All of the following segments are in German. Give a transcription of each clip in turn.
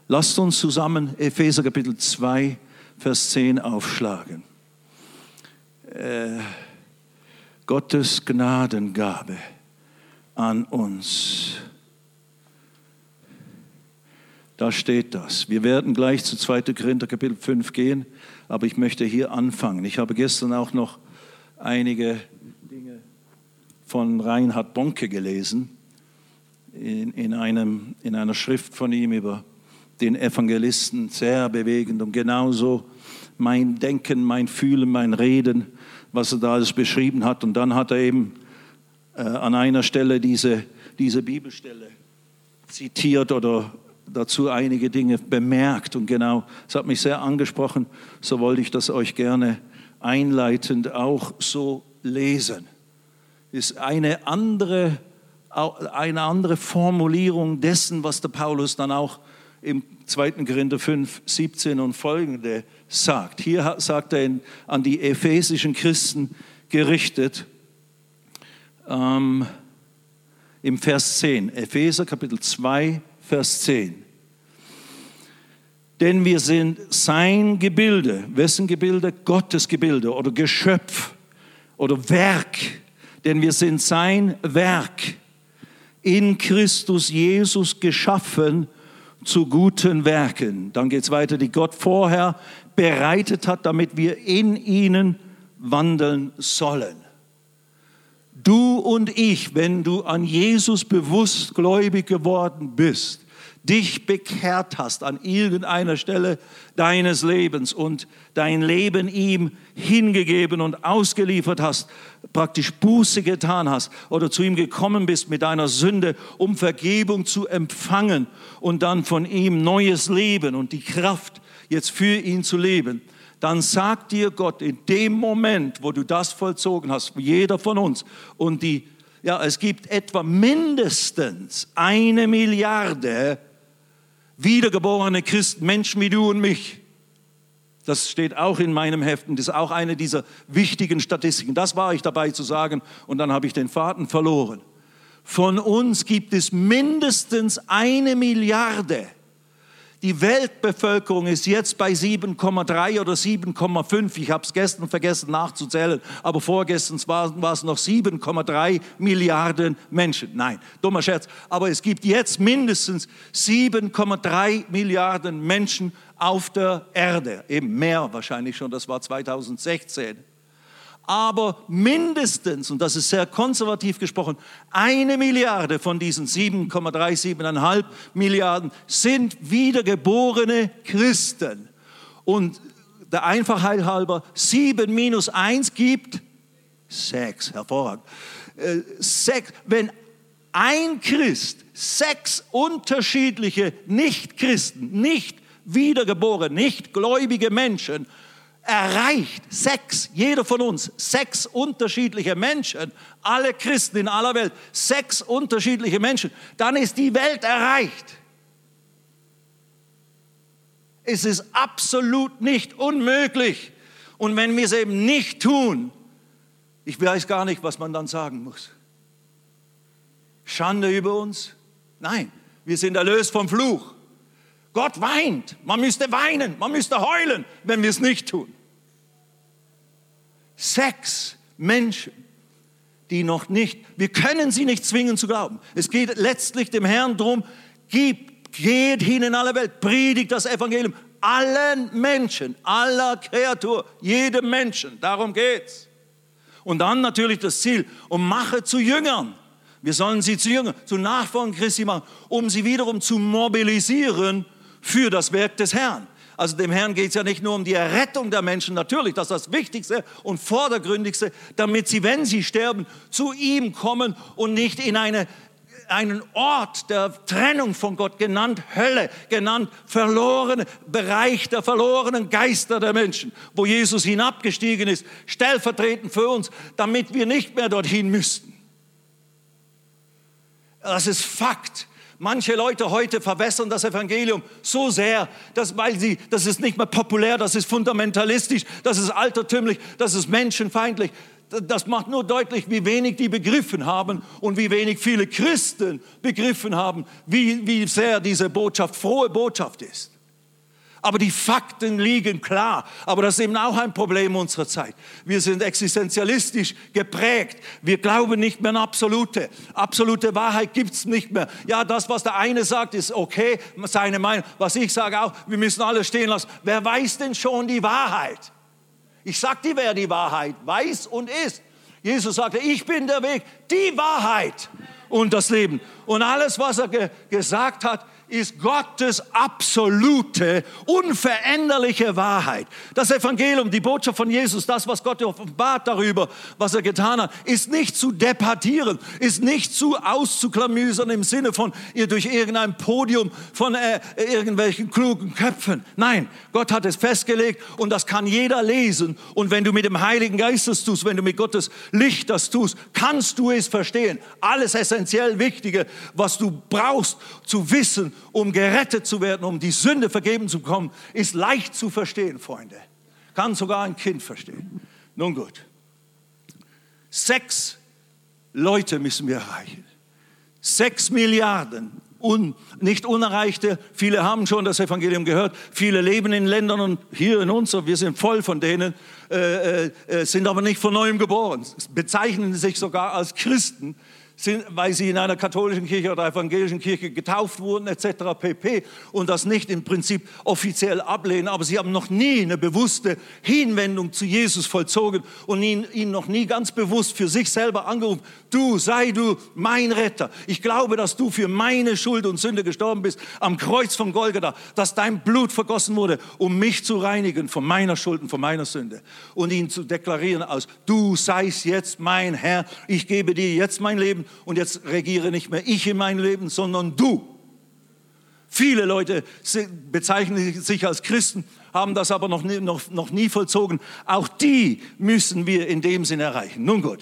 Lasst uns zusammen Epheser Kapitel 2, Vers 10 aufschlagen. Gottes Gnadengabe an uns. Da steht das. Wir werden gleich zu 2. Korinther Kapitel 5 gehen, aber ich möchte hier anfangen. Ich habe gestern auch noch einige Dinge von Reinhard Bonke gelesen, in einer Schrift von ihm über den Evangelisten, sehr bewegend und genauso mein Denken, mein Fühlen, mein Reden, was er da alles beschrieben hat. Und dann hat er eben an einer Stelle diese Bibelstelle zitiert oder dazu einige Dinge bemerkt und genau, es hat mich sehr angesprochen, so wollte ich das euch gerne einleitend auch so lesen. Ist eine andere Formulierung dessen, was der Paulus dann auch im 2. Korinther 5, 17 und folgende sagt. Hier sagt er an die ephesischen Christen gerichtet, im Vers 10, Epheser Kapitel 2, Vers 10. Denn wir sind sein Gebilde. Wessen Gebilde? Gottes Gebilde oder Geschöpf oder Werk. Denn wir sind sein Werk in Christus Jesus geschaffen zu guten Werken. Dann geht es weiter, die Gott vorher bereitet hat, damit wir in ihnen wandeln sollen. Du und ich, wenn du an Jesus bewusst gläubig geworden bist, dich bekehrt hast an irgendeiner Stelle deines Lebens und dein Leben ihm hingegeben und ausgeliefert hast, praktisch Buße getan hast oder zu ihm gekommen bist mit deiner Sünde, um Vergebung zu empfangen und dann von ihm neues Leben und die Kraft jetzt für ihn zu leben, dann sagt dir Gott in dem Moment, wo du das vollzogen hast, jeder von uns, und es gibt etwa mindestens 1 Milliarde wiedergeborene Christen, Menschen wie du und mich. Das steht auch in meinem Heft und das ist auch eine dieser wichtigen Statistiken. Das war ich dabei zu sagen und dann habe ich den Faden verloren. Von uns gibt es mindestens 1 Milliarde. Die Weltbevölkerung ist jetzt bei 7,3 oder 7,5. Ich habe es gestern vergessen nachzuzählen, aber vorgestern war es noch 7,3 Milliarden Menschen. Nein, dummer Scherz. Aber es gibt jetzt mindestens 7,3 Milliarden Menschen auf der Erde. Eben mehr wahrscheinlich schon, das war 2016. Aber mindestens, und das ist sehr konservativ gesprochen, 1 Milliarde von diesen 7,5 Milliarden sind wiedergeborene Christen. Und der Einfachheit halber, 7 minus 1 gibt 6. Hervorragend. 6. Wenn ein Christ 6 unterschiedliche Nicht-Christen, nicht wiedergeborene, nicht gläubige Menschen erreicht, 6, jeder von uns, 6 unterschiedliche Menschen, alle Christen in aller Welt, 6 unterschiedliche Menschen, dann ist die Welt erreicht. Es ist absolut nicht unmöglich. Und wenn wir es eben nicht tun, ich weiß gar nicht, was man dann sagen muss. Schande über uns? Nein, wir sind erlöst vom Fluch. Gott weint. Man müsste weinen, man müsste heulen, wenn wir es nicht tun. 6 Menschen, die noch nicht, wir können sie nicht zwingen zu glauben. Es geht letztlich dem Herrn darum, geht hin in alle Welt, predigt das Evangelium allen Menschen, aller Kreatur, jedem Menschen. Darum geht's. Und dann natürlich das Ziel, und mache zu Jüngern. Wir sollen sie zu Jüngern, zu Nachfolgern Christi machen, um sie wiederum zu mobilisieren für das Werk des Herrn. Also dem Herrn geht es ja nicht nur um die Errettung der Menschen, natürlich, das ist das Wichtigste und Vordergründigste, damit sie, wenn sie sterben, zu ihm kommen und nicht in einen Ort der Trennung von Gott, genannt Hölle, genannt verlorene Bereich der verlorenen Geister der Menschen, wo Jesus hinabgestiegen ist, stellvertretend für uns, damit wir nicht mehr dorthin müssten. Das ist Fakt. Manche Leute heute verwässern das Evangelium so sehr, das ist nicht mehr populär, das ist fundamentalistisch, das ist altertümlich, das ist menschenfeindlich. Das macht nur deutlich, wie wenig die begriffen haben und wie wenig viele Christen begriffen haben, wie sehr diese Botschaft frohe Botschaft ist. Aber die Fakten liegen klar. Aber das ist eben auch ein Problem unserer Zeit. Wir sind existenzialistisch geprägt. Wir glauben nicht mehr an Absolute. Absolute Wahrheit gibt es nicht mehr. Ja, das, was der eine sagt, ist okay, seine Meinung. Was ich sage auch, wir müssen alles stehen lassen. Wer weiß denn schon die Wahrheit? Ich sag dir, wer die Wahrheit weiß und ist. Jesus sagte, ich bin der Weg, die Wahrheit und das Leben. Und alles, was er gesagt hat, ist Gottes absolute, unveränderliche Wahrheit. Das Evangelium, die Botschaft von Jesus, das, was Gott offenbart darüber, was er getan hat, ist nicht zu debattieren, ist nicht zu auszuklamüsern im Sinne von ihr durch irgendein Podium von irgendwelchen klugen Köpfen. Nein, Gott hat es festgelegt und das kann jeder lesen. Und wenn du mit dem Heiligen Geist das tust, wenn du mit Gottes Licht das tust, kannst du es verstehen. Alles essentiell Wichtige, was du brauchst zu wissen, um gerettet zu werden, um die Sünde vergeben zu bekommen, ist leicht zu verstehen, Freunde. Kann sogar ein Kind verstehen. Nun gut. 6 Leute müssen wir erreichen. 6 Milliarden. Nicht Unerreichte. Viele haben schon das Evangelium gehört. Viele leben in Ländern und hier in uns, wir sind voll von denen, sind aber nicht von Neuem geboren. Bezeichnen sich sogar als Christen, weil sie in einer katholischen Kirche oder evangelischen Kirche getauft wurden etc. pp. Und das nicht im Prinzip offiziell ablehnen, aber sie haben noch nie eine bewusste Hinwendung zu Jesus vollzogen und ihn noch nie ganz bewusst für sich selber angerufen. Sei du mein Retter. Ich glaube, dass du für meine Schuld und Sünde gestorben bist am Kreuz von Golgatha, dass dein Blut vergossen wurde, um mich zu reinigen von meiner Schuld und von meiner Sünde. Und ihn zu deklarieren als, du seist jetzt mein Herr, ich gebe dir jetzt mein Leben. Und jetzt regiere nicht mehr ich in meinem Leben, sondern du. Viele Leute bezeichnen sich als Christen, haben das aber noch nie vollzogen. Auch die müssen wir in dem Sinn erreichen. Nun gut,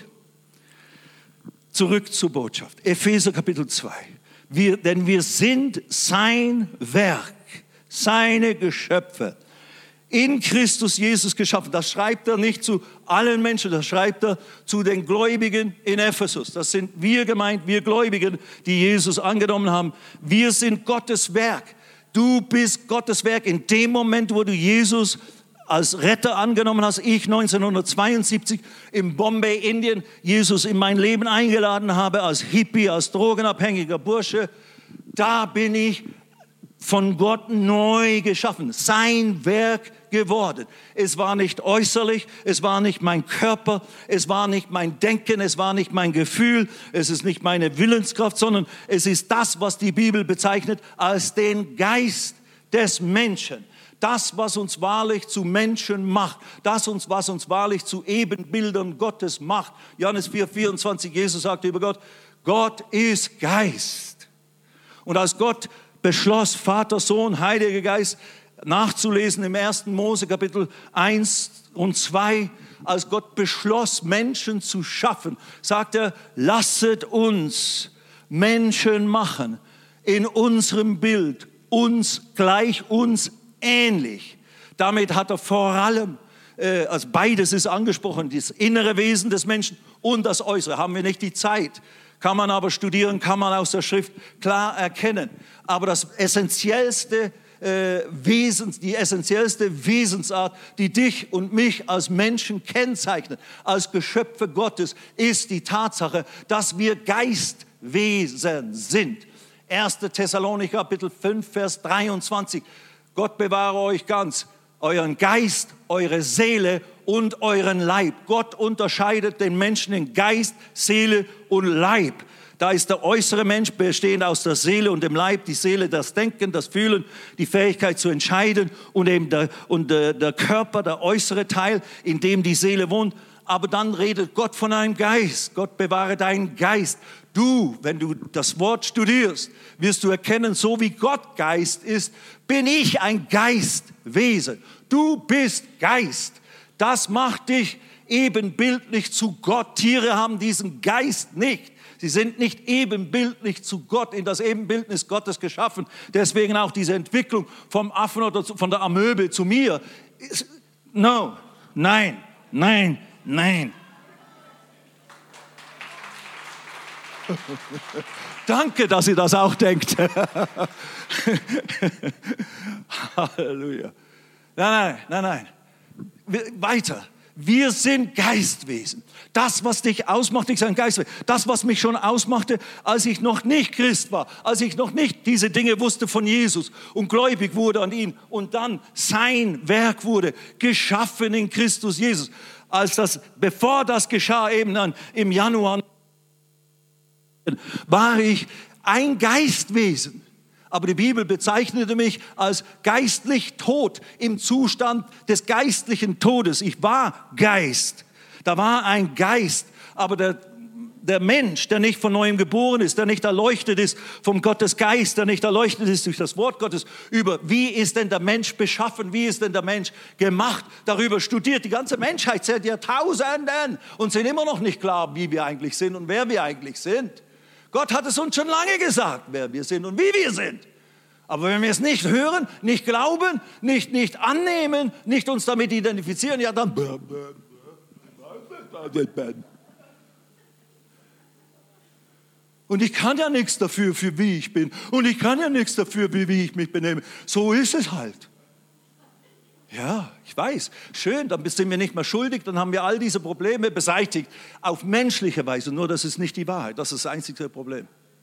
zurück zur Botschaft. Epheser Kapitel 2. Denn wir sind sein Werk, seine Geschöpfe. In Christus Jesus geschaffen. Das schreibt er nicht zu allen Menschen, das schreibt er zu den Gläubigen in Ephesus. Das sind wir gemeint, wir Gläubigen, die Jesus angenommen haben. Wir sind Gottes Werk. Du bist Gottes Werk in dem Moment, wo du Jesus als Retter angenommen hast. Ich 1972 in Bombay, Indien, Jesus in mein Leben eingeladen habe als Hippie, als drogenabhängiger Bursche. Da bin ich von Gott neu geschaffen, sein Werk geworden. Es war nicht äußerlich, es war nicht mein Körper, es war nicht mein Denken, es war nicht mein Gefühl, es ist nicht meine Willenskraft, sondern es ist das, was die Bibel bezeichnet als den Geist des Menschen. Das, was uns wahrlich zu Menschen macht, was uns wahrlich zu Ebenbildern Gottes macht. Johannes 4,24, Jesus sagte über Gott, Gott ist Geist. Und als Gott beschloss, Vater, Sohn, Heiliger Geist, nachzulesen im 1. Mose Kapitel 1 und 2, als Gott beschloss, Menschen zu schaffen, sagt er, lasset uns Menschen machen in unserem Bild, uns gleich, uns ähnlich. Damit hat er vor allem, also beides ist angesprochen, das innere Wesen des Menschen und das Äußere, haben wir nicht die Zeit. Kann man aber studieren, kann man aus der Schrift klar erkennen. Aber das essentiellste die essentiellste Wesensart, die dich und mich als Menschen kennzeichnet, als Geschöpfe Gottes, ist die Tatsache, dass wir Geistwesen sind. 1. Thessalonicher Kapitel 5, Vers 23. Gott bewahre euch ganz, euren Geist, eure Seele und euren Leib. Gott unterscheidet den Menschen in Geist, Seele und Leib. Da ist der äußere Mensch bestehend aus der Seele und dem Leib, die Seele das Denken, das Fühlen, die Fähigkeit zu entscheiden und eben der Körper, der äußere Teil, in dem die Seele wohnt. Aber dann redet Gott von einem Geist. Gott bewahre deinen Geist. Du, wenn du das Wort studierst, wirst du erkennen, so wie Gott Geist ist, bin ich ein Geistwesen. Du bist Geist. Das macht dich ebenbildlich zu Gott. Tiere haben diesen Geist nicht. Sie sind nicht ebenbildlich zu Gott, in das Ebenbildnis Gottes geschaffen. Deswegen auch diese Entwicklung vom Affen oder von der Amöbe zu mir. No, nein, nein, nein. Danke, dass ihr das auch denkt. Halleluja. Nein. Weiter. Wir sind Geistwesen. Das, was dich ausmacht, ist ein Geistwesen. Das, was mich schon ausmachte, als ich noch nicht Christ war, als ich noch nicht diese Dinge wusste von Jesus und gläubig wurde an ihn und dann sein Werk wurde, geschaffen in Christus Jesus. Bevor das geschah, eben dann im Januar, war ich ein Geistwesen. Aber die Bibel bezeichnete mich als geistlich tot, im Zustand des geistlichen Todes. Ich war Geist. Da war ein Geist. Aber der Mensch, der nicht von Neuem geboren ist, der nicht erleuchtet ist vom Gottes Geist, der nicht erleuchtet ist durch das Wort Gottes, über wie ist denn der Mensch beschaffen, wie ist denn der Mensch gemacht, darüber studiert die ganze Menschheit seit Jahrtausenden und sind immer noch nicht klar, wie wir eigentlich sind und wer wir eigentlich sind. Gott hat es uns schon lange gesagt, wer wir sind und wie wir sind. Aber wenn wir es nicht hören, nicht glauben, nicht annehmen, nicht uns damit identifizieren, ja dann... Und ich kann ja nichts dafür, für wie ich bin. Und ich kann ja nichts dafür, wie ich mich benehme. So ist es halt. Ja, ich weiß. Schön, dann sind wir nicht mehr schuldig, dann haben wir all diese Probleme beseitigt. Auf menschliche Weise, nur das ist nicht die Wahrheit. Das ist das einzige Problem.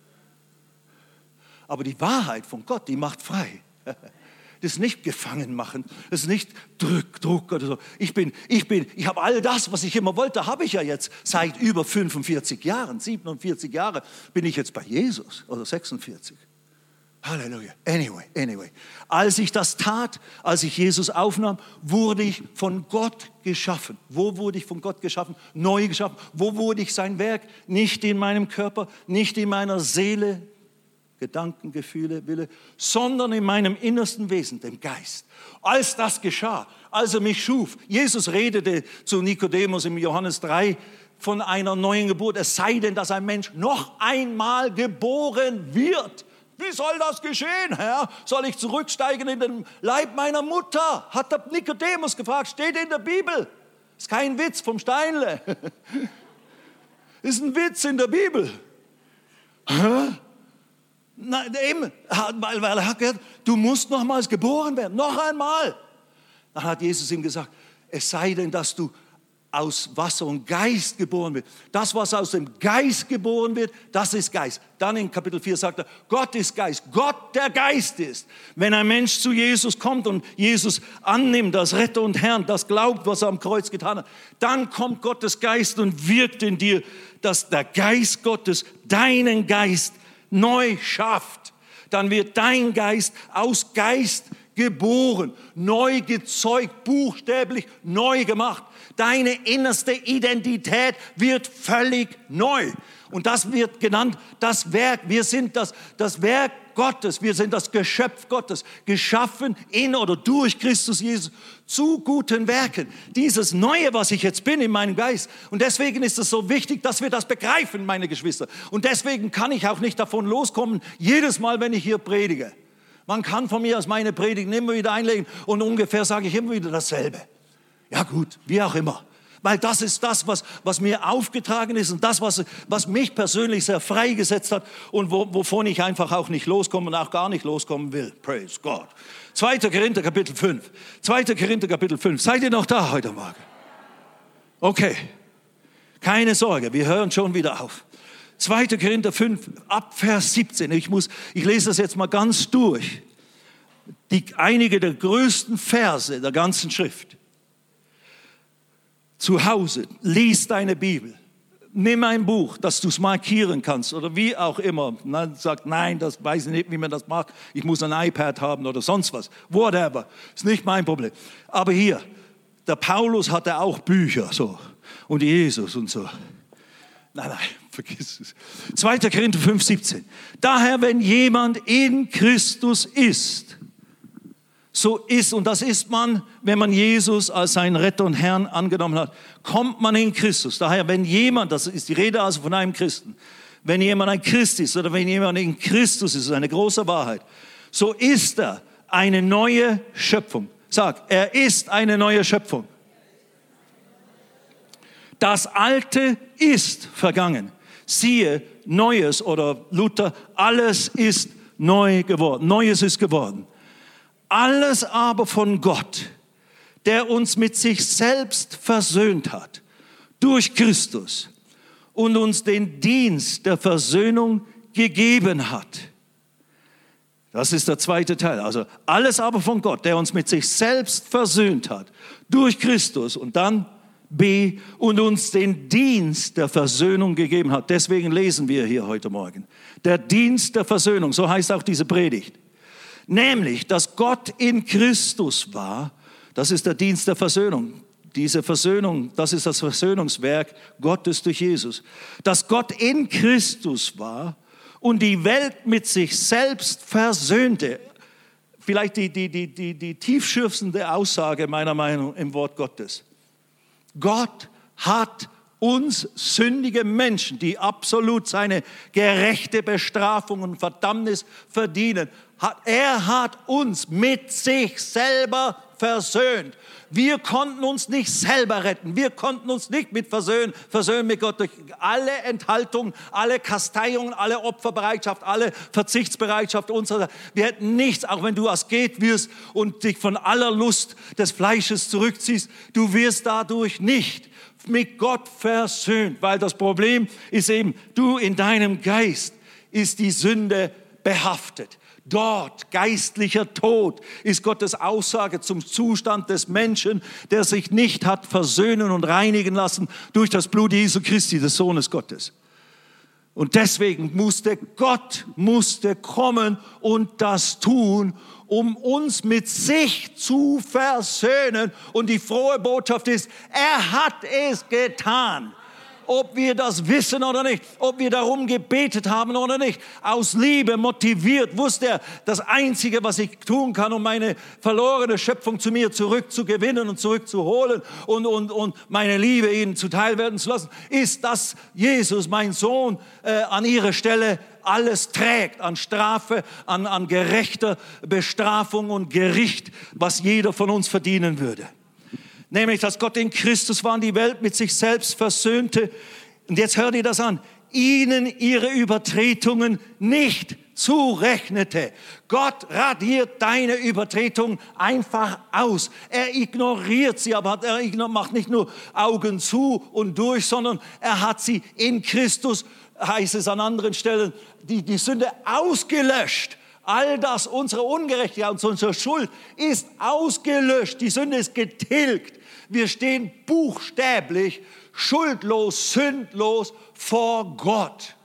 Aber die Wahrheit von Gott, die macht frei. Das ist nicht gefangen machen, das ist nicht Druck oder so. Ich habe all das, was ich immer wollte, habe ich ja jetzt seit über 45 Jahren, 47 Jahre bin ich jetzt bei Jesus, oder 46. Halleluja. Anyway. Als ich das tat, als ich Jesus aufnahm, wurde ich von Gott geschaffen. Wo wurde ich von Gott geschaffen? Neu geschaffen. Wo wurde ich sein Werk? Nicht in meinem Körper, nicht in meiner Seele, Gedanken, Gefühle, Wille, sondern in meinem innersten Wesen, dem Geist. Als das geschah, als er mich schuf, Jesus redete zu Nikodemus im Johannes 3 von einer neuen Geburt. Es sei denn, dass ein Mensch noch einmal geboren wird. Wie soll das geschehen, Herr? Soll ich zurücksteigen in den Leib meiner Mutter? Hat der Nikodemus gefragt, steht in der Bibel. Ist kein Witz vom Steinle. Ist ein Witz in der Bibel. Hä? Na, eben, weil er hat gehört, du musst nochmals geboren werden, noch einmal. Dann hat Jesus ihm gesagt, es sei denn, dass du aus Wasser und Geist geboren wird. Das, was aus dem Geist geboren wird, das ist Geist. Dann in Kapitel 4 sagt er, Gott ist Geist, Gott der Geist ist. Wenn ein Mensch zu Jesus kommt und Jesus annimmt als Retter und Herrn, das glaubt, was er am Kreuz getan hat, dann kommt Gottes Geist und wirkt in dir, dass der Geist Gottes deinen Geist neu schafft. Dann wird dein Geist aus Geist geboren, neu gezeugt, buchstäblich neu gemacht. Deine innerste Identität wird völlig neu. Und das wird genannt das Werk. Wir sind das Werk Gottes. Wir sind das Geschöpf Gottes, geschaffen in oder durch Christus Jesus zu guten Werken. Dieses Neue, was ich jetzt bin in meinem Geist. Und deswegen ist es so wichtig, dass wir das begreifen, meine Geschwister. Und deswegen kann ich auch nicht davon loskommen, jedes Mal, wenn ich hier predige. Man kann von mir aus meine Predigten immer wieder einlegen und ungefähr sage ich immer wieder dasselbe. Ja gut, wie auch immer. Weil das ist das, was mir aufgetragen ist und das, was mich persönlich sehr freigesetzt hat und wovon ich einfach auch nicht loskomme und auch gar nicht loskommen will. Praise God. 2. Korinther Kapitel 5. 2. Korinther Kapitel 5. Seid ihr noch da heute Morgen? Okay. Keine Sorge, wir hören schon wieder auf. 2. Korinther 5, ab Vers 17. Ich lese das jetzt mal ganz durch. Einige der größten Verse der ganzen Schrift. Zu Hause, lies deine Bibel. Nimm ein Buch, dass du es markieren kannst oder wie auch immer. Sagt, nein, das weiß ich nicht, wie man das macht. Ich muss ein iPad haben oder sonst was. Whatever, ist nicht mein Problem. Aber hier, der Paulus hatte auch Bücher so und Jesus und so. Nein, vergiss es. 2. Korinther 5, 17. Daher, wenn jemand in Christus ist, so ist, und das ist man, wenn man Jesus als seinen Retter und Herrn angenommen hat, kommt man in Christus. Daher, wenn jemand, das ist die Rede also von einem Christen, wenn jemand ein Christ ist oder wenn jemand in Christus ist, ist eine große Wahrheit, so ist er eine neue Schöpfung. Sag, er ist eine neue Schöpfung. Das Alte ist vergangen. Siehe, Neues oder Luther, alles ist neu geworden. Neues ist geworden. Alles aber von Gott, der uns mit sich selbst versöhnt hat, durch Christus und uns den Dienst der Versöhnung gegeben hat. Das ist der zweite Teil. Also alles aber von Gott, der uns mit sich selbst versöhnt hat, durch Christus und dann B, und uns den Dienst der Versöhnung gegeben hat. Deswegen lesen wir hier heute Morgen. Der Dienst der Versöhnung, so heißt auch diese Predigt. Nämlich, dass Gott in Christus war, das ist der Dienst der Versöhnung. Diese Versöhnung, das ist das Versöhnungswerk Gottes durch Jesus. Dass Gott in Christus war und die Welt mit sich selbst versöhnte. Vielleicht die tiefschürfende Aussage meiner Meinung nach im Wort Gottes. Gott hat uns sündige Menschen, die absolut seine gerechte Bestrafung und Verdammnis verdienen, er hat uns mit sich selber versöhnt. Wir konnten uns nicht selber retten. Wir konnten uns nicht mit versöhnen mit Gott durch alle Enthaltungen, alle Kasteiungen, alle Opferbereitschaft, alle Verzichtsbereitschaft unserer. Wir hätten nichts, auch wenn du Asket wirst und dich von aller Lust des Fleisches zurückziehst, du wirst dadurch nicht mit Gott versöhnt, weil das Problem ist eben, du in deinem Geist ist die Sünde behaftet. Dort, geistlicher Tod, ist Gottes Aussage zum Zustand des Menschen, der sich nicht hat versöhnen und reinigen lassen durch das Blut Jesu Christi, des Sohnes Gottes. Und deswegen musste Gott kommen und das tun, um uns mit sich zu versöhnen. Und die frohe Botschaft ist, er hat es getan. Ob wir das wissen oder nicht, ob wir darum gebetet haben oder nicht, aus Liebe motiviert, wusste er, das Einzige, was ich tun kann, um meine verlorene Schöpfung zu mir zurückzugewinnen und zurückzuholen und meine Liebe ihnen zuteil werden zu lassen, ist, dass Jesus, mein Sohn, an ihrer Stelle alles trägt, an Strafe, an gerechter Bestrafung und Gericht, was jeder von uns verdienen würde. Nämlich, dass Gott in Christus war und die Welt mit sich selbst versöhnte. Und jetzt hört ihr das an. Ihnen ihre Übertretungen nicht zurechnete. Gott radiert deine Übertretungen einfach aus. Er ignoriert sie, aber er macht nicht nur Augen zu und durch, sondern er hat sie in Christus, heißt es an anderen Stellen, die Sünde ausgelöscht. All das, unsere Ungerechtigkeit und unsere Schuld ist ausgelöscht. Die Sünde ist getilgt. Wir stehen buchstäblich schuldlos, sündlos vor Gott.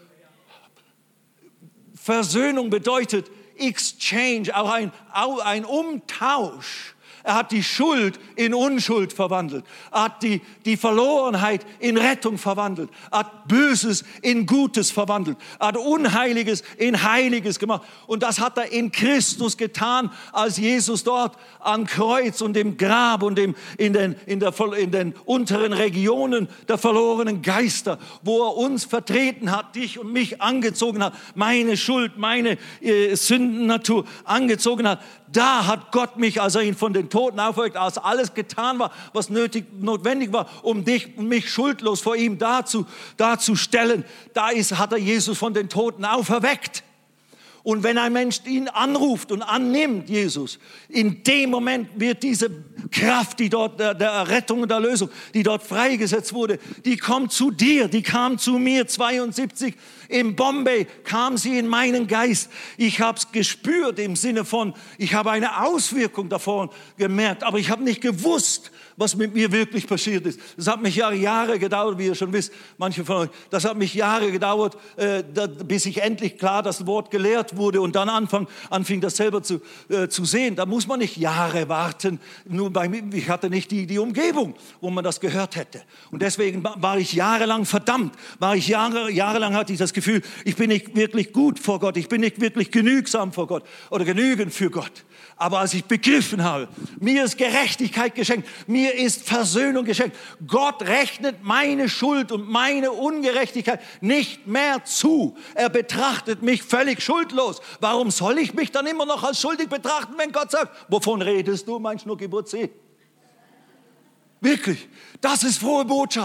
Versöhnung bedeutet Exchange, auch ein Umtausch. Er hat die Schuld in Unschuld verwandelt. Er hat die Verlorenheit in Rettung verwandelt. Er hat Böses in Gutes verwandelt. Er hat Unheiliges in Heiliges gemacht. Und das hat er in Christus getan, als Jesus dort am Kreuz und im Grab und in den unteren Regionen der verlorenen Geister, wo er uns vertreten hat, dich und mich angezogen hat, meine Schuld, meine Sündennatur angezogen hat. Da hat Gott mich, als er ihn von den Toten auferweckt, als alles getan war, was notwendig war, um dich und mich schuldlos vor ihm darzustellen, hat er Jesus von den Toten auferweckt. Und wenn ein Mensch ihn anruft und annimmt, Jesus, in dem Moment wird diese Kraft, die dort der Rettung und der Erlösung, die dort freigesetzt wurde, die kommt zu dir, die kam zu mir 72 in Bombay, kam sie in meinen Geist. Ich habe es gespürt im Sinne von, ich habe eine Auswirkung davon gemerkt, aber ich habe nicht gewusst, was mit mir wirklich passiert ist. Das hat mich Jahre gedauert, wie ihr schon wisst, manche von euch, das hat mich Jahre gedauert, bis ich endlich klar das Wort gelehrt wurde und dann anfing das selber zu sehen. Da muss man nicht Jahre warten, nur ich hatte nicht die Umgebung, wo man das gehört hätte. Und deswegen war ich jahrelang verdammt, jahrelang hatte ich das Gefühl, ich bin nicht wirklich gut vor Gott, ich bin nicht wirklich genügsam vor Gott oder genügend für Gott. Aber als ich begriffen habe, mir ist Gerechtigkeit geschenkt, mir ist Versöhnung geschenkt. Gott rechnet meine Schuld und meine Ungerechtigkeit nicht mehr zu. Er betrachtet mich völlig schuldlos. Warum soll ich mich dann immer noch als schuldig betrachten, wenn Gott sagt, wovon redest du, mein Schnucki-Butzi? Wirklich, das ist frohe Botschaft.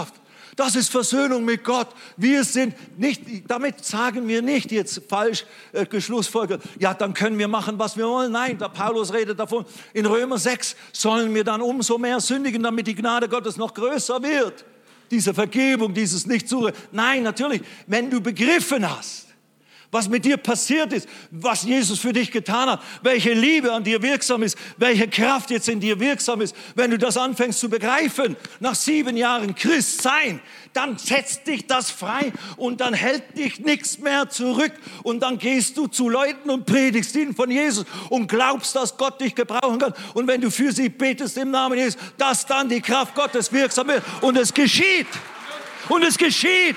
Das ist Versöhnung mit Gott. Wir sind nicht, damit sagen wir nicht jetzt falsch geschlussfolgert, ja, dann können wir machen, was wir wollen. Nein, der Paulus redet davon, in Römer 6 sollen wir dann umso mehr sündigen, damit die Gnade Gottes noch größer wird. Diese Vergebung, dieses Nicht-Suche. Nein, natürlich, wenn du begriffen hast, was mit dir passiert ist, was Jesus für dich getan hat, welche Liebe an dir wirksam ist, welche Kraft jetzt in dir wirksam ist, wenn du das anfängst zu begreifen, nach 7 Jahren Christ sein, dann setzt dich das frei und dann hält dich nichts mehr zurück und dann gehst du zu Leuten und predigst ihnen von Jesus und glaubst, dass Gott dich gebrauchen kann und wenn du für sie betest im Namen Jesus, dass dann die Kraft Gottes wirksam wird und es geschieht. Und es geschieht.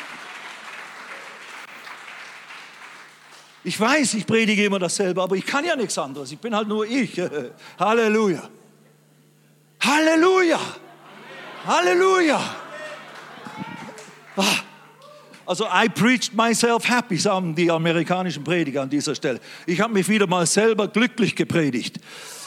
Ich weiß, ich predige immer dasselbe, aber ich kann ja nichts anderes. Ich bin halt nur ich. Halleluja. Halleluja. Halleluja. Also, I preached myself happy, sagen die amerikanischen Prediger an dieser Stelle. Ich habe mich wieder mal selber glücklich gepredigt.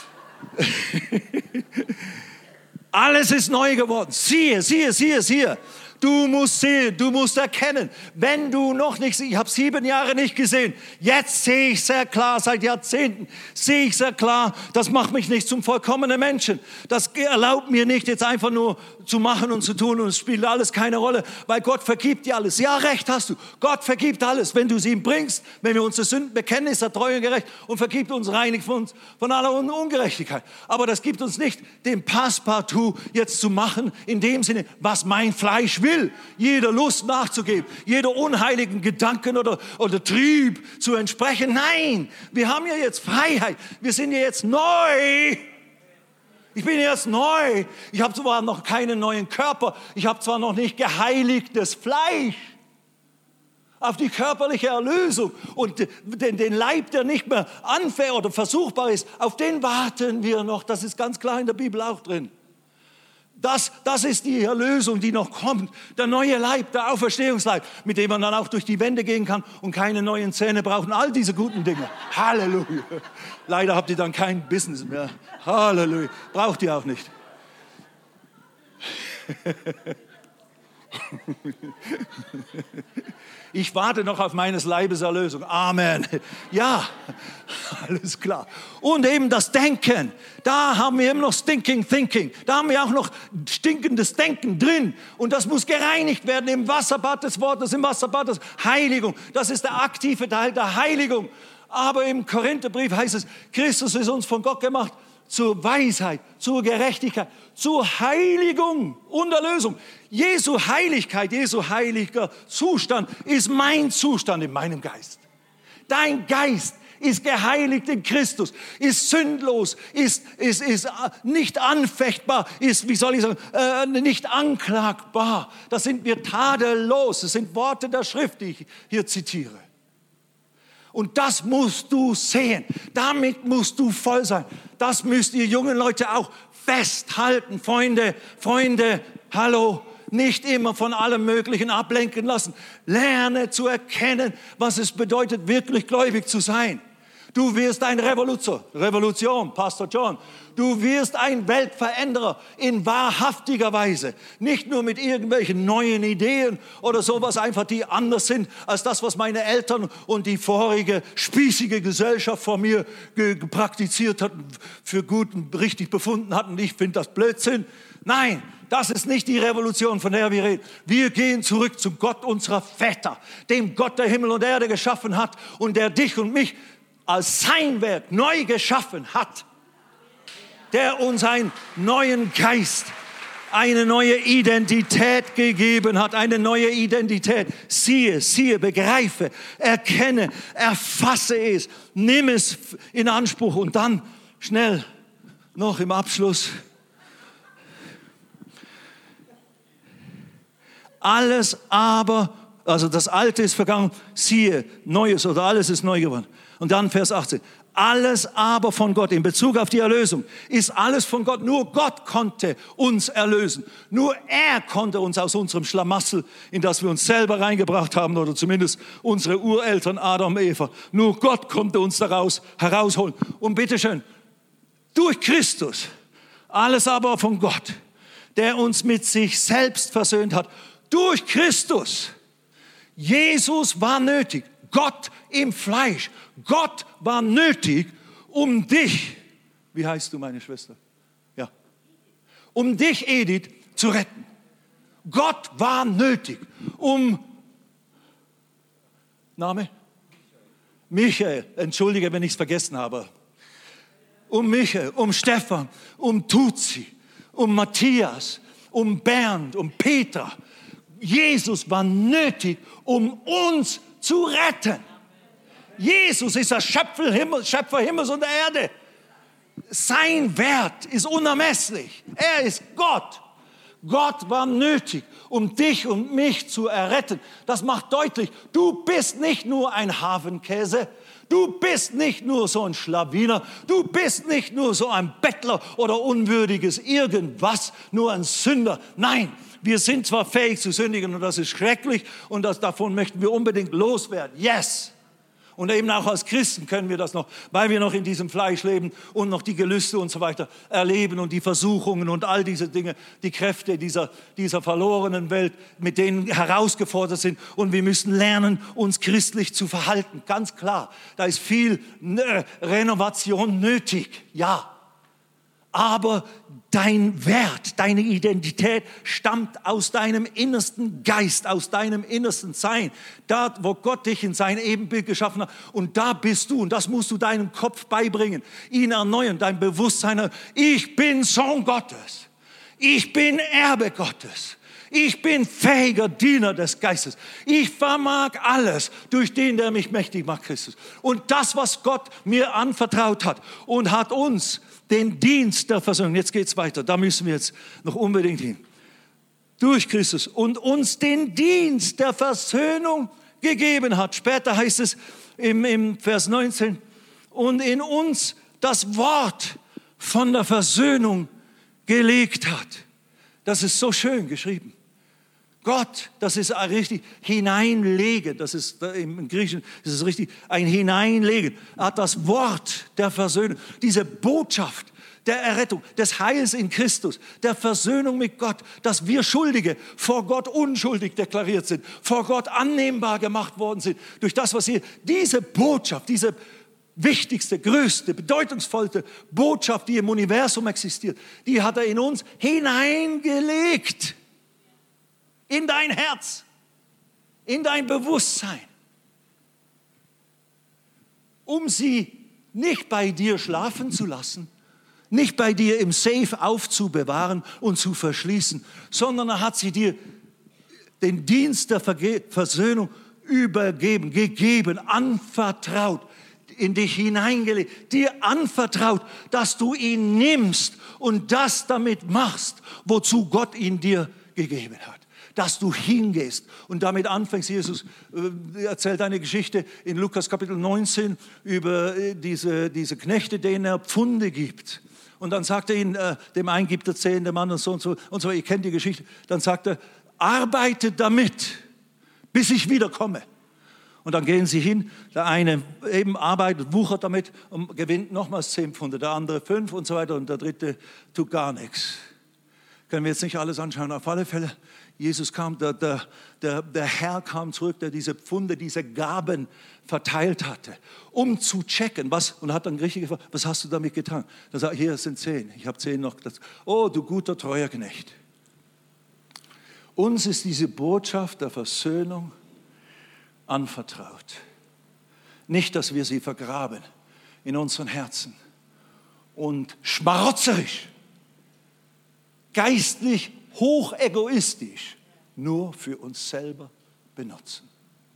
Alles ist neu geworden. Siehe, siehe, siehe, siehe. Du musst sehen, du musst erkennen, wenn du noch nicht siehst, ich habe 7 Jahre nicht gesehen, jetzt sehe ich sehr klar, seit Jahrzehnten sehe ich sehr klar, das macht mich nicht zum vollkommenen Menschen. Das erlaubt mir nicht, jetzt einfach nur zu machen und zu tun und es spielt alles keine Rolle, weil Gott vergibt dir alles. Ja, recht hast du, Gott vergibt alles, wenn du es ihm bringst, wenn wir unsere Sünden bekennen, ist er treu und gerecht und vergibt uns, reinigt uns von aller Ungerechtigkeit. Aber das gibt uns nicht, den Passepartout jetzt zu machen, in dem Sinne, was mein Fleisch will, jeder Lust nachzugeben, jeder unheiligen Gedanken oder Trieb zu entsprechen. Nein, wir haben ja jetzt Freiheit. Wir sind ja jetzt neu. Ich bin jetzt neu. Ich habe zwar noch keinen neuen Körper. Ich habe zwar noch nicht geheiligtes Fleisch. Auf die körperliche Erlösung und den Leib, der nicht mehr anfällig oder versuchbar ist, auf den warten wir noch. Das ist ganz klar in der Bibel auch drin. Das ist die Erlösung, die noch kommt. Der neue Leib, der Auferstehungsleib, mit dem man dann auch durch die Wände gehen kann und keine neuen Zähne braucht. Und all diese guten Dinge. Halleluja. Leider habt ihr dann kein Business mehr. Halleluja. Braucht ihr auch nicht. Ich warte noch auf meines Leibes Erlösung. Amen. Ja, alles klar. Und eben das Denken. Da haben wir immer noch Stinking Thinking. Da haben wir auch noch stinkendes Denken drin. Und das muss gereinigt werden im Wasserbad des Wortes, im Wasserbad des Heiligung. Das ist der aktive Teil der Heiligung. Aber im Korintherbrief heißt es, Christus ist uns von Gott gemacht zur Weisheit, zur Gerechtigkeit, zur Heiligung und Erlösung. Jesu Heiligkeit, Jesu heiliger Zustand ist mein Zustand in meinem Geist. Dein Geist ist geheiligt in Christus, ist sündlos, ist nicht anfechtbar, ist, wie soll ich sagen, nicht anklagbar. Da sind wir tadellos. Das sind Worte der Schrift, die ich hier zitiere. Und das musst du sehen. Damit musst du voll sein. Das müsst ihr jungen Leute auch festhalten. Freunde, hallo. Nicht immer von allem Möglichen ablenken lassen. Lerne zu erkennen, was es bedeutet, wirklich gläubig zu sein. Du wirst ein Revolution, Pastor John. Du wirst ein Weltveränderer in wahrhaftiger Weise. Nicht nur mit irgendwelchen neuen Ideen oder sowas einfach, die anders sind als das, was meine Eltern und die vorige spießige Gesellschaft vor mir praktiziert hatten, für gut und richtig befunden hatten. Ich finde das Blödsinn. Nein, das ist nicht die Revolution, von der wir reden. Wir gehen zurück zum Gott unserer Väter, dem Gott, der Himmel und Erde geschaffen hat und der dich und mich als sein Werk neu geschaffen hat, der uns einen neuen Geist, eine neue Identität gegeben hat, eine neue Identität. Siehe, begreife, erkenne, erfasse es, nimm es in Anspruch und dann schnell noch im Abschluss. Alles aber, also das Alte ist vergangen, siehe, Neues oder alles ist neu geworden. Und dann Vers 18. Alles aber von Gott, in Bezug auf die Erlösung, ist alles von Gott. Nur Gott konnte uns erlösen. Nur er konnte uns aus unserem Schlamassel, in das wir uns selber reingebracht haben, oder zumindest unsere Ureltern Adam und Eva. Nur Gott konnte uns daraus herausholen. Und bitteschön, durch Christus, alles aber von Gott, der uns mit sich selbst versöhnt hat, durch Christus. Jesus war nötig. Gott im Fleisch. Gott war nötig, um dich, wie heißt du, meine Schwester? Ja. Um dich, Edith, zu retten. Gott war nötig, um, Name? Michael, entschuldige, wenn ich es vergessen habe. Um Michael, um Stefan, um Tutsi, um Matthias, um Bernd, um Peter. Jesus war nötig, um uns zu retten. Jesus ist der Schöpfer Himmels und der Erde. Sein Wert ist unermesslich. Er ist Gott. Gott war nötig, um dich und mich zu erretten. Das macht deutlich, du bist nicht nur ein Hafenkäse, du bist nicht nur so ein Schlawiner, du bist nicht nur so ein Bettler oder unwürdiges irgendwas, nur ein Sünder. Nein, wir sind zwar fähig zu sündigen und das ist schrecklich und davon möchten wir unbedingt loswerden. Yes! Und eben auch als Christen können wir das noch, weil wir noch in diesem Fleisch leben und noch die Gelüste und so weiter erleben und die Versuchungen und all diese Dinge, die Kräfte dieser verlorenen Welt, mit denen herausgefordert sind. Und wir müssen lernen, uns christlich zu verhalten. Ganz klar, da ist viel Renovation nötig, ja. Aber dein Wert, deine Identität stammt aus deinem innersten Geist, aus deinem innersten Sein. Da, wo Gott dich in sein Ebenbild geschaffen hat. Und da bist du. Und das musst du deinem Kopf beibringen. Ihn erneuern, dein Bewusstsein. Ich bin Sohn Gottes. Ich bin Erbe Gottes. Ich bin fähiger Diener des Geistes. Ich vermag alles durch den, der mich mächtig macht, Christus. Und das, was Gott mir anvertraut hat und hat uns den Dienst der Versöhnung, jetzt geht's weiter, da müssen wir jetzt noch unbedingt hin, durch Christus und uns den Dienst der Versöhnung gegeben hat. Später heißt es im Vers 19, und in uns das Wort von der Versöhnung gelegt hat. Das ist so schön geschrieben. Gott, das ist richtig hineinlegen, das ist im Griechischen, das ist richtig ein Hineinlegen. Er hat das Wort der Versöhnung, diese Botschaft der Errettung, des Heils in Christus, der Versöhnung mit Gott, dass wir Schuldige vor Gott unschuldig deklariert sind, vor Gott annehmbar gemacht worden sind. Durch das, was hier, diese Botschaft, diese wichtigste, größte, bedeutungsvollste Botschaft, die im Universum existiert, die hat er in uns hineingelegt. In dein Herz, in dein Bewusstsein, um sie nicht bei dir schlafen zu lassen, nicht bei dir im Safe aufzubewahren und zu verschließen, sondern er hat sie dir den Dienst der Versöhnung übergeben, gegeben, anvertraut, in dich hineingelegt, dir anvertraut, dass du ihn nimmst und das damit machst, wozu Gott ihn dir gegeben hat. Dass du hingehst und damit anfängst. Jesus erzählt eine Geschichte in Lukas Kapitel 19 über diese Knechte, denen er Pfunde gibt. Und dann sagt er ihnen, dem einen gibt er 10, dem anderen so und so und so. Ihr kennt die Geschichte. Dann sagt er, arbeitet damit, bis ich wiederkomme. Und dann gehen sie hin, der eine eben arbeitet, wuchert damit und gewinnt nochmals 10 Pfunde, der andere 5 und so weiter und der dritte tut gar nichts. Können wir jetzt nicht alles anschauen. Auf alle Fälle, Jesus kam, der Herr kam zurück, der diese Pfunde, diese Gaben verteilt hatte, um zu checken, und hat dann Grieche gefragt, was hast du damit getan? Er sagt, hier sind 10, ich habe 10 noch. Oh, du guter, treuer Knecht. Uns ist diese Botschaft der Versöhnung anvertraut. Nicht, dass wir sie vergraben in unseren Herzen und schmarotzerisch, geistlich hochegoistisch nur für uns selber benutzen.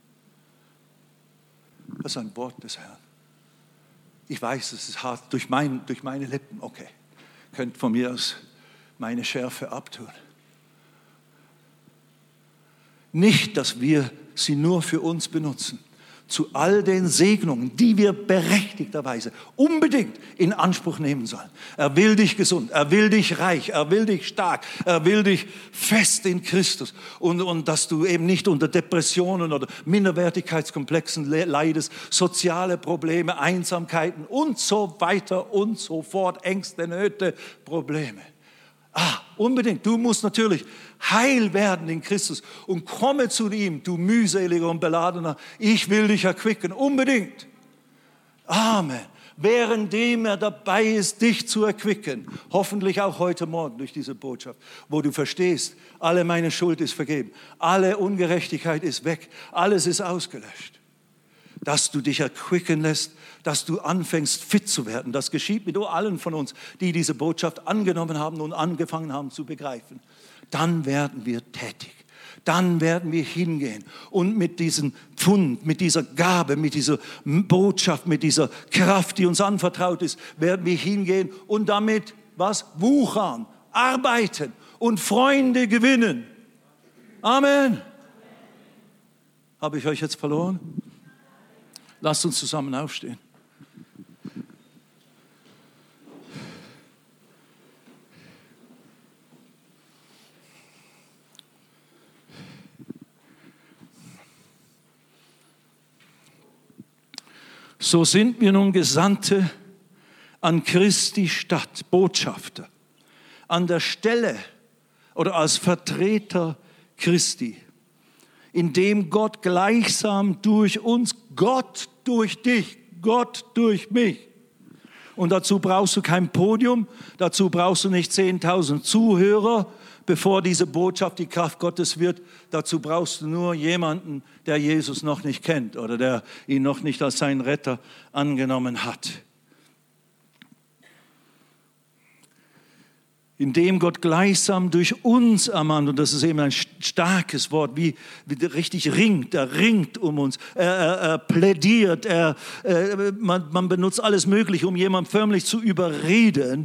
Das ist ein Wort des Herrn. Ich weiß, es ist hart durch meine Lippen. Okay, könnt von mir aus meine Schärfe abtun. Nicht, dass wir sie nur für uns benutzen. Zu all den Segnungen, die wir berechtigterweise unbedingt in Anspruch nehmen sollen. Er will dich gesund, er will dich reich, er will dich stark, er will dich fest in Christus. Und dass du eben nicht unter Depressionen oder Minderwertigkeitskomplexen leidest, soziale Probleme, Einsamkeiten und so weiter und so fort, Ängste, Nöte, Probleme. Unbedingt. Du musst natürlich heil werden in Christus und komme zu ihm, du mühseliger und beladener. Ich will dich erquicken. Unbedingt. Amen. Währenddem er dabei ist, dich zu erquicken. Hoffentlich auch heute Morgen durch diese Botschaft, wo du verstehst, alle meine Schuld ist vergeben. Alle Ungerechtigkeit ist weg. Alles ist ausgelöscht. Dass du dich erquicken lässt, dass du anfängst, fit zu werden. Das geschieht mit allen von uns, die diese Botschaft angenommen haben und angefangen haben zu begreifen. Dann werden wir tätig. Dann werden wir hingehen und mit diesem Pfund, mit dieser Gabe, mit dieser Botschaft, mit dieser Kraft, die uns anvertraut ist, werden wir hingehen und damit wuchern, arbeiten und Freunde gewinnen. Amen. Habe ich euch jetzt verloren? Lasst uns zusammen aufstehen. So sind wir nun Gesandte an Christi Stadt, Botschafter, an der Stelle oder als Vertreter Christi, indem Gott gleichsam durch uns, Gott durch dich, Gott durch mich. Und dazu brauchst du kein Podium, dazu brauchst du nicht 10.000 Zuhörer, bevor diese Botschaft die Kraft Gottes wird. Dazu brauchst du nur jemanden, der Jesus noch nicht kennt oder der ihn noch nicht als seinen Retter angenommen hat. Indem Gott gleichsam durch uns ermahnt, und das ist eben ein starkes Wort, wie richtig ringt, er ringt um uns, er plädiert, man benutzt alles Mögliche, um jemanden förmlich zu überreden,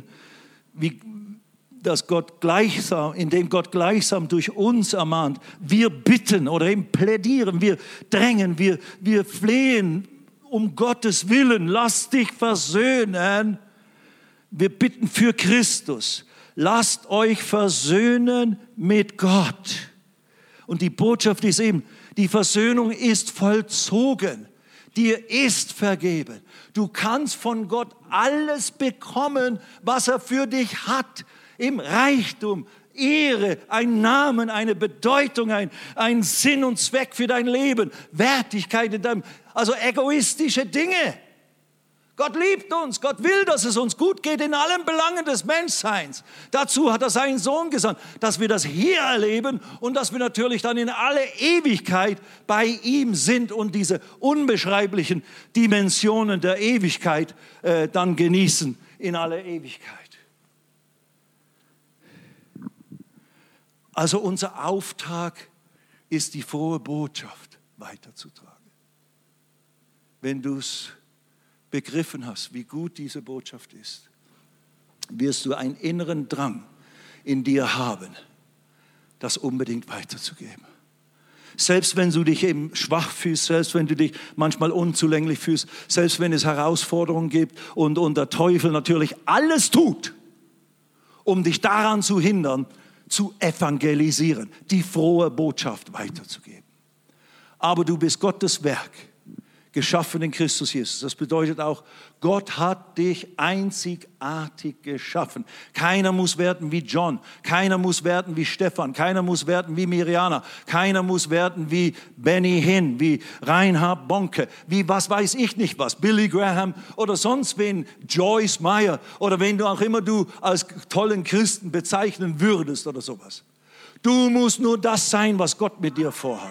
indem Gott gleichsam durch uns ermahnt. Wir bitten oder eben plädieren, wir drängen, wir flehen um Gottes Willen, lass dich versöhnen. Wir bitten für Christus. Lasst euch versöhnen mit Gott. Und die Botschaft ist eben, die Versöhnung ist vollzogen. Dir ist vergeben. Du kannst von Gott alles bekommen, was er für dich hat. Im Reichtum, Ehre, ein Namen, eine Bedeutung, ein Sinn und Zweck für dein Leben, Wertigkeit in deinem, also egoistische Dinge. Gott liebt uns, Gott will, dass es uns gut geht in allen Belangen des Menschseins. Dazu hat er seinen Sohn gesandt, dass wir das hier erleben und dass wir natürlich dann in alle Ewigkeit bei ihm sind und diese unbeschreiblichen Dimensionen der Ewigkeit dann genießen in alle Ewigkeit. Also unser Auftrag ist, die frohe Botschaft weiterzutragen. Wenn du es begriffen hast, wie gut diese Botschaft ist, wirst du einen inneren Drang in dir haben, das unbedingt weiterzugeben. Selbst wenn du dich eben schwach fühlst, selbst wenn du dich manchmal unzulänglich fühlst, selbst wenn es Herausforderungen gibt und der Teufel natürlich alles tut, um dich daran zu hindern, zu evangelisieren, die frohe Botschaft weiterzugeben. Aber du bist Gottes Werk, geschaffen in Christus Jesus. Das bedeutet auch, Gott hat dich einzigartig geschaffen. Keiner muss werden wie John, keiner muss werden wie Stefan, keiner muss werden wie Mirjana, keiner muss werden wie Benny Hinn, wie Reinhard Bonke, wie was weiß ich nicht was, Billy Graham oder sonst wen, Joyce Meyer oder wen du auch immer du als tollen Christen bezeichnen würdest oder sowas. Du musst nur das sein, was Gott mit dir vorhat.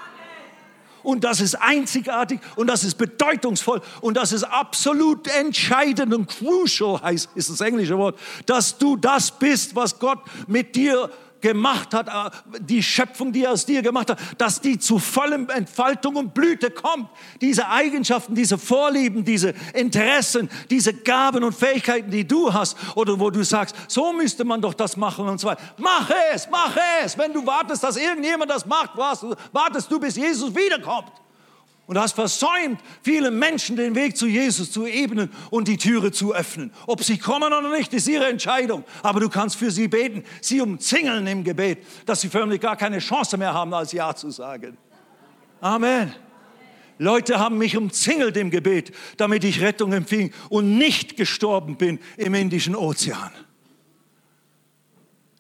Und das ist einzigartig und das ist bedeutungsvoll und das ist absolut entscheidend und crucial, ist das englische Wort, dass du das bist, was Gott mit dir gemacht hat, die Schöpfung, die er aus dir gemacht hat, dass die zu vollem Entfaltung und Blüte kommt. Diese Eigenschaften, diese Vorlieben, diese Interessen, diese Gaben und Fähigkeiten, die du hast oder wo du sagst, so müsste man doch das machen und so weiter. Mach es, mach es. Wenn du wartest, dass irgendjemand das macht, wartest du, bis Jesus wiederkommt. Und hast versäumt, vielen Menschen den Weg zu Jesus zu ebnen und die Türe zu öffnen. Ob sie kommen oder nicht, ist ihre Entscheidung. Aber du kannst für sie beten, sie umzingeln im Gebet, dass sie förmlich gar keine Chance mehr haben, als Ja zu sagen. Amen. Leute haben mich umzingelt im Gebet, damit ich Rettung empfing und nicht gestorben bin im Indischen Ozean.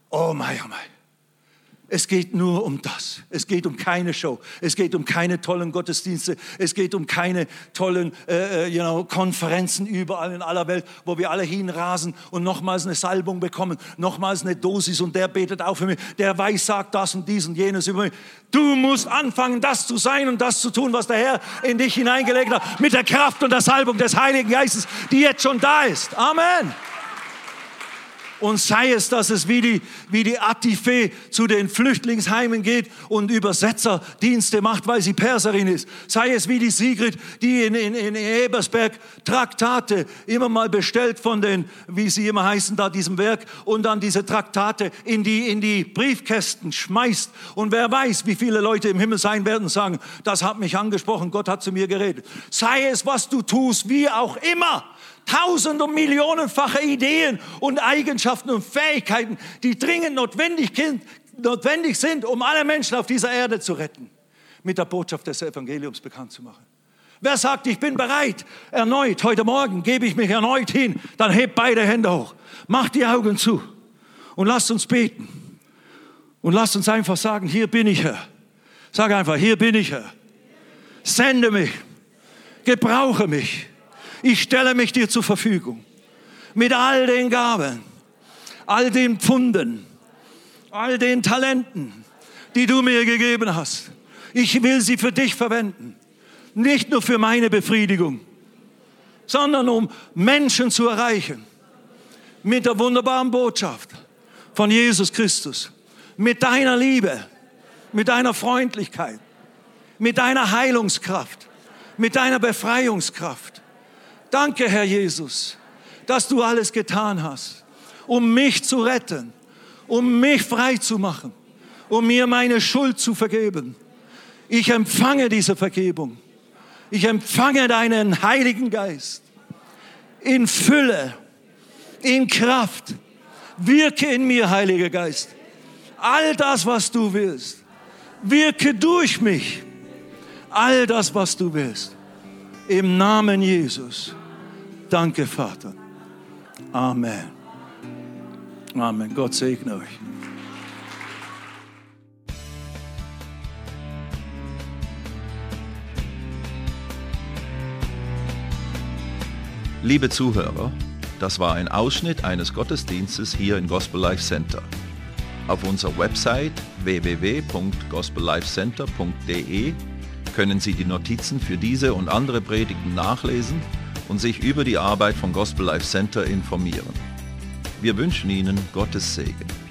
Oh mein, oh mein. Es geht nur um das. Es geht um keine Show. Es geht um keine tollen Gottesdienste. Es geht um keine tollen Konferenzen überall in aller Welt, wo wir alle hinrasen und nochmals eine Salbung bekommen, nochmals eine Dosis und der betet auch für mich. Der weiß, sagt das und dies und jenes über mich. Du musst anfangen, das zu sein und das zu tun, was der Herr in dich hineingelegt hat, mit der Kraft und der Salbung des Heiligen Geistes, die jetzt schon da ist. Amen. Und sei es, dass es wie die Atife zu den Flüchtlingsheimen geht und Übersetzerdienste macht, weil sie Perserin ist. Sei es wie die Sigrid, die in Ebersberg Traktate immer mal bestellt von den, wie sie immer heißen, da diesem Werk, und dann diese Traktate in die Briefkästen schmeißt. Und wer weiß, wie viele Leute im Himmel sein werden und sagen, das hat mich angesprochen, Gott hat zu mir geredet. Sei es, was du tust, wie auch immer. Tausend- und millionenfache Ideen und Eigenschaften und Fähigkeiten, die dringend notwendig sind, um alle Menschen auf dieser Erde zu retten, mit der Botschaft des Evangeliums bekannt zu machen. Wer sagt, ich bin bereit, erneut, heute Morgen gebe ich mich erneut hin, dann hebt beide Hände hoch, macht die Augen zu und lasst uns beten. Und lasst uns einfach sagen, hier bin ich, Herr. Sag einfach, hier bin ich, Herr. Sende mich, gebrauche mich. Ich stelle mich dir zur Verfügung mit all den Gaben, all den Pfunden, all den Talenten, die du mir gegeben hast. Ich will sie für dich verwenden, nicht nur für meine Befriedigung, sondern um Menschen zu erreichen mit der wunderbaren Botschaft von Jesus Christus, mit deiner Liebe, mit deiner Freundlichkeit, mit deiner Heilungskraft, mit deiner Befreiungskraft. Danke, Herr Jesus, dass du alles getan hast, um mich zu retten, um mich frei zu machen, um mir meine Schuld zu vergeben. Ich empfange diese Vergebung. Ich empfange deinen Heiligen Geist in Fülle, in Kraft. Wirke in mir, Heiliger Geist. All das, was du willst, wirke durch mich. All das, was du willst. Im Namen Jesus. Danke, Vater. Amen. Amen. Gott segne euch. Liebe Zuhörer, das war ein Ausschnitt eines Gottesdienstes hier im Gospel Life Center. Auf unserer Website www.gospellifecenter.de können Sie die Notizen für diese und andere Predigten nachlesen und sich über die Arbeit von Gospel Life Center informieren. Wir wünschen Ihnen Gottes Segen.